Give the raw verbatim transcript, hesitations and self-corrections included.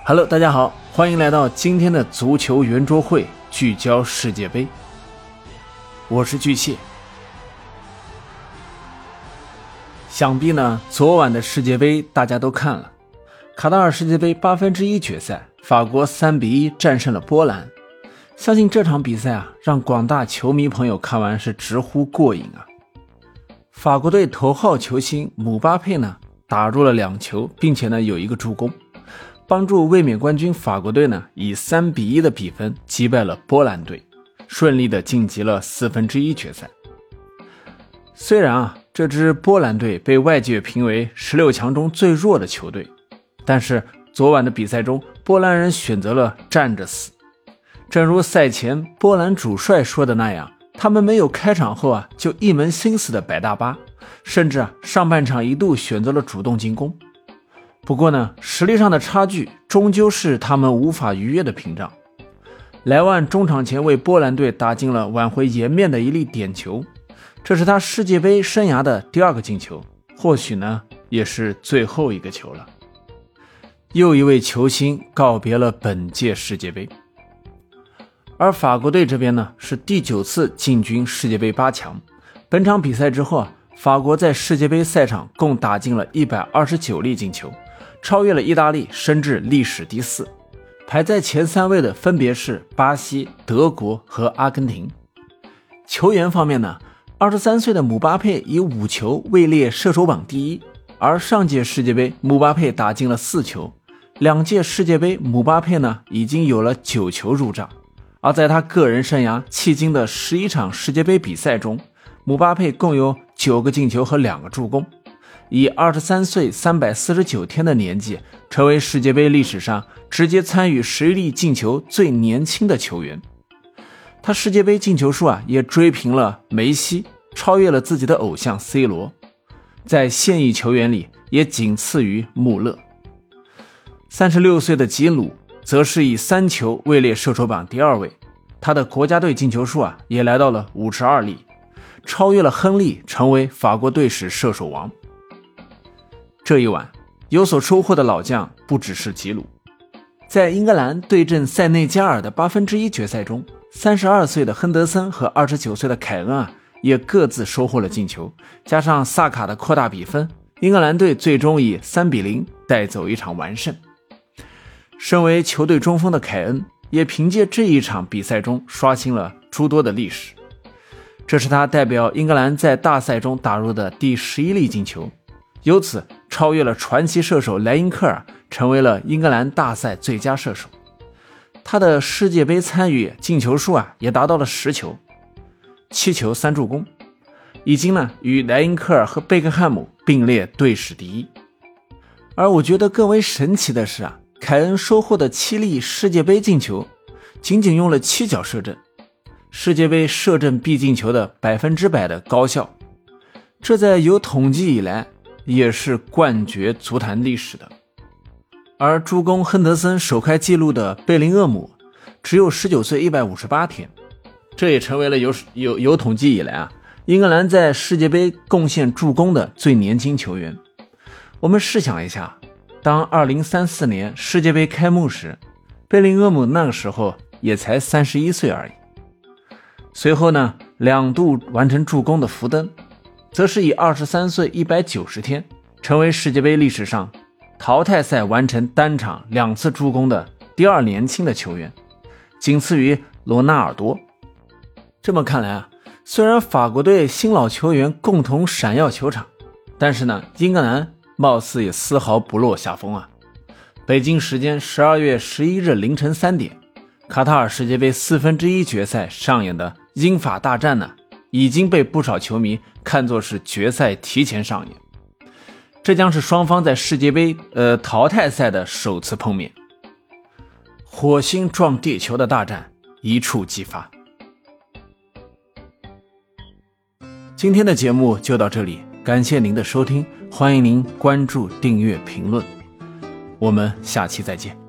Hello， 大家好，欢迎来到今天的足球圆桌会，聚焦世界杯。我是巨蟹。想必呢，昨晚的世界杯大家都看了。卡塔尔世界杯八分之一决赛，法国三比一战胜了波兰。相信这场比赛啊，让广大球迷朋友看完是直呼过瘾啊。法国队头号球星姆巴佩呢，打入了两球，并且呢有一个助攻，帮助卫冕冠军法国队呢以三比一的比分击败了波兰队，顺利的晋级了四分之一决赛。虽然啊，这支波兰队被外界评为十六强中最弱的球队，但是昨晚的比赛中，波兰人选择了站着死。正如赛前波兰主帅说的那样，他们没有开场后啊就一门心思的摆大巴，甚至啊上半场一度选择了主动进攻。不过呢，实力上的差距终究是他们无法逾越的屏障。莱万中场前为波兰队打进了挽回颜面的一粒点球，这是他世界杯生涯的第二个进球，或许呢也是最后一个球了。又一位球星告别了本届世界杯。而法国队这边呢，是第九次进军世界杯八强。本场比赛之后啊，法国在世界杯赛场共打进了一百二十九粒进球，超越了意大利，升至历史第四。排在前三位的分别是巴西、德国和阿根廷。球员方面呢，二十三岁的姆巴佩以五球位列射手榜第一，而上届世界杯姆巴佩打进了四球，两届世界杯姆巴佩呢已经有了九球入账。而在他个人生涯迄今的十一场世界杯比赛中，姆巴佩共有九个进球和两个助攻，以二十三岁三百四十九天的年纪，成为世界杯历史上直接参与十粒进球最年轻的球员。他世界杯进球数啊也追平了梅西，超越了自己的偶像 C 罗，在现役球员里也仅次于穆勒。三十六岁的吉鲁则是以三球位列射手榜第二位，他的国家队进球数啊也来到了五十二粒，超越了亨利，成为法国队史射手王。这一晚有所收获的老将不只是吉鲁。在英格兰对阵塞内加尔的八分之一决赛中，三十二岁的亨德森和二十九岁的凯恩啊也各自收获了进球，加上萨卡的扩大比分，英格兰队最终以三比零带走一场完胜。身为球队中锋的凯恩也凭借这一场比赛中刷新了诸多的历史，这是他代表英格兰在大赛中打入的第十一粒进球，由此超越了传奇射手莱因克尔，成为了英格兰大赛最佳射手。他的世界杯参与进球数啊也达到了十球，七球三助攻，已经呢与莱因克尔和贝克汉姆并列队史第一。而我觉得更为神奇的是啊，凯恩收获的七粒世界杯进球仅仅用了七脚射正，世界杯射正必进球的百分之百的高效，这在有统计以来也是冠绝足坛历史的。而助攻亨德森首开纪录的贝林厄姆只有十九岁一百五十八天，这也成为了有有有统计以来啊英格兰在世界杯贡献助攻的最年轻球员。我们试想一下，当二零三四年世界杯开幕时，贝林厄姆那个时候也才三十一岁而已。随后呢，两度完成助攻的福登则是以二十三岁一百九十天成为世界杯历史上淘汰赛完成单场两次助攻的第二年轻的球员，仅次于罗纳尔多。这么看来啊，虽然法国队新老球员共同闪耀球场，但是呢，英格兰貌似也丝毫不落下风啊。北京时间十二月十一日凌晨三点，卡塔尔世界杯四分之一决赛上演的英法大战呢，已经被不少球迷看作是决赛提前上演。这将是双方在世界杯呃淘汰赛的首次碰面，火星撞地球的大战一触即发。今天的节目就到这里，感谢您的收听，欢迎您关注、订阅、评论，我们下期再见。